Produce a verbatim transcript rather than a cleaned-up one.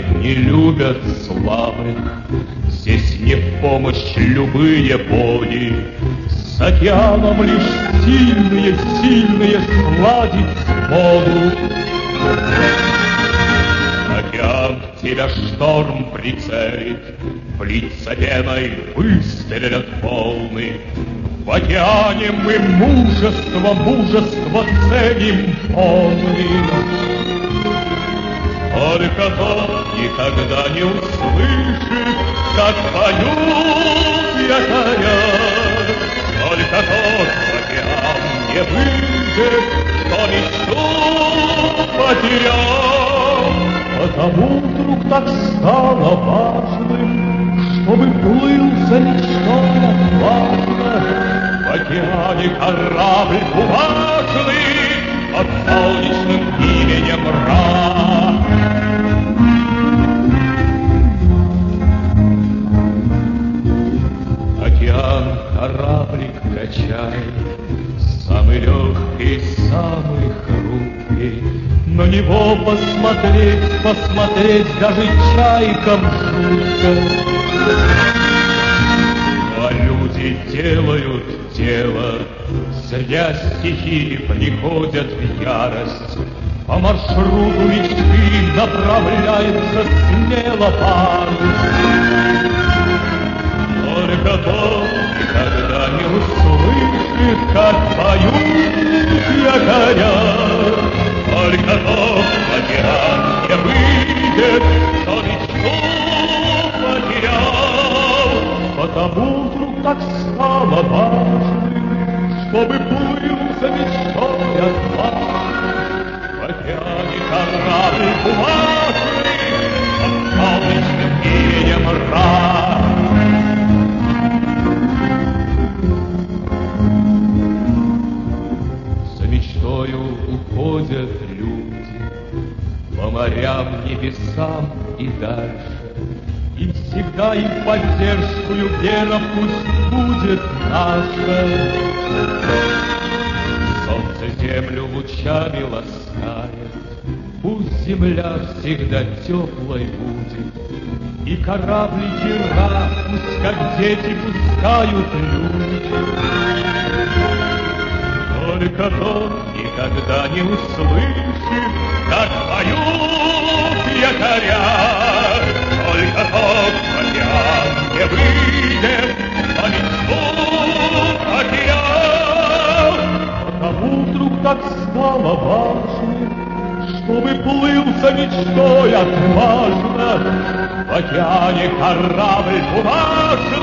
не любят слабых, здесь не в помощь любые боги. С океаном лишь сильные, сильные сладить смогут. Океан в тебя шторм прицелит, в лица пеной выстрелят волны. В океане мы мужество, мужество ценим полным. Только тот никогда не услышит, как поют якоря. Только тот в океан не выйдет, кто мечту потерял. Потому вдруг так стало важным, чтобы плыл за мечтой отважно. В океане корабль бумажный под солнечным именем Ра. Океан кораблик качает, самый легкий, самый хрупкий. На него посмотреть, посмотреть даже чайкам жутко. А люди делают дело, зря стихи приходят в ярость. По маршруту мечты направляется смело парус. Только тот никогда не услышит, как поют якоря. Только тот в океан не выйдет, кто мечту потерял. Потому вдруг так стало важным, чтобы плыл за мечтой отважный. В океане корабль бумажный под солнечным именем Ра. За мечтою уходят люди по морям, небесам и дальше. И всегда им поддержку вера пусть будет наша. Солнце землю лучами ласкает, пусть земля всегда теплой будет. И кораблики Ра пусть, как дети, пускают люди. Только тот никогда не услышит, как поют якоря. Только тот в океан не выйдет, а мечту потерял. Потому вдруг так стало важным, чтобы плыл за мечтой отважно. В океане корабль бумажный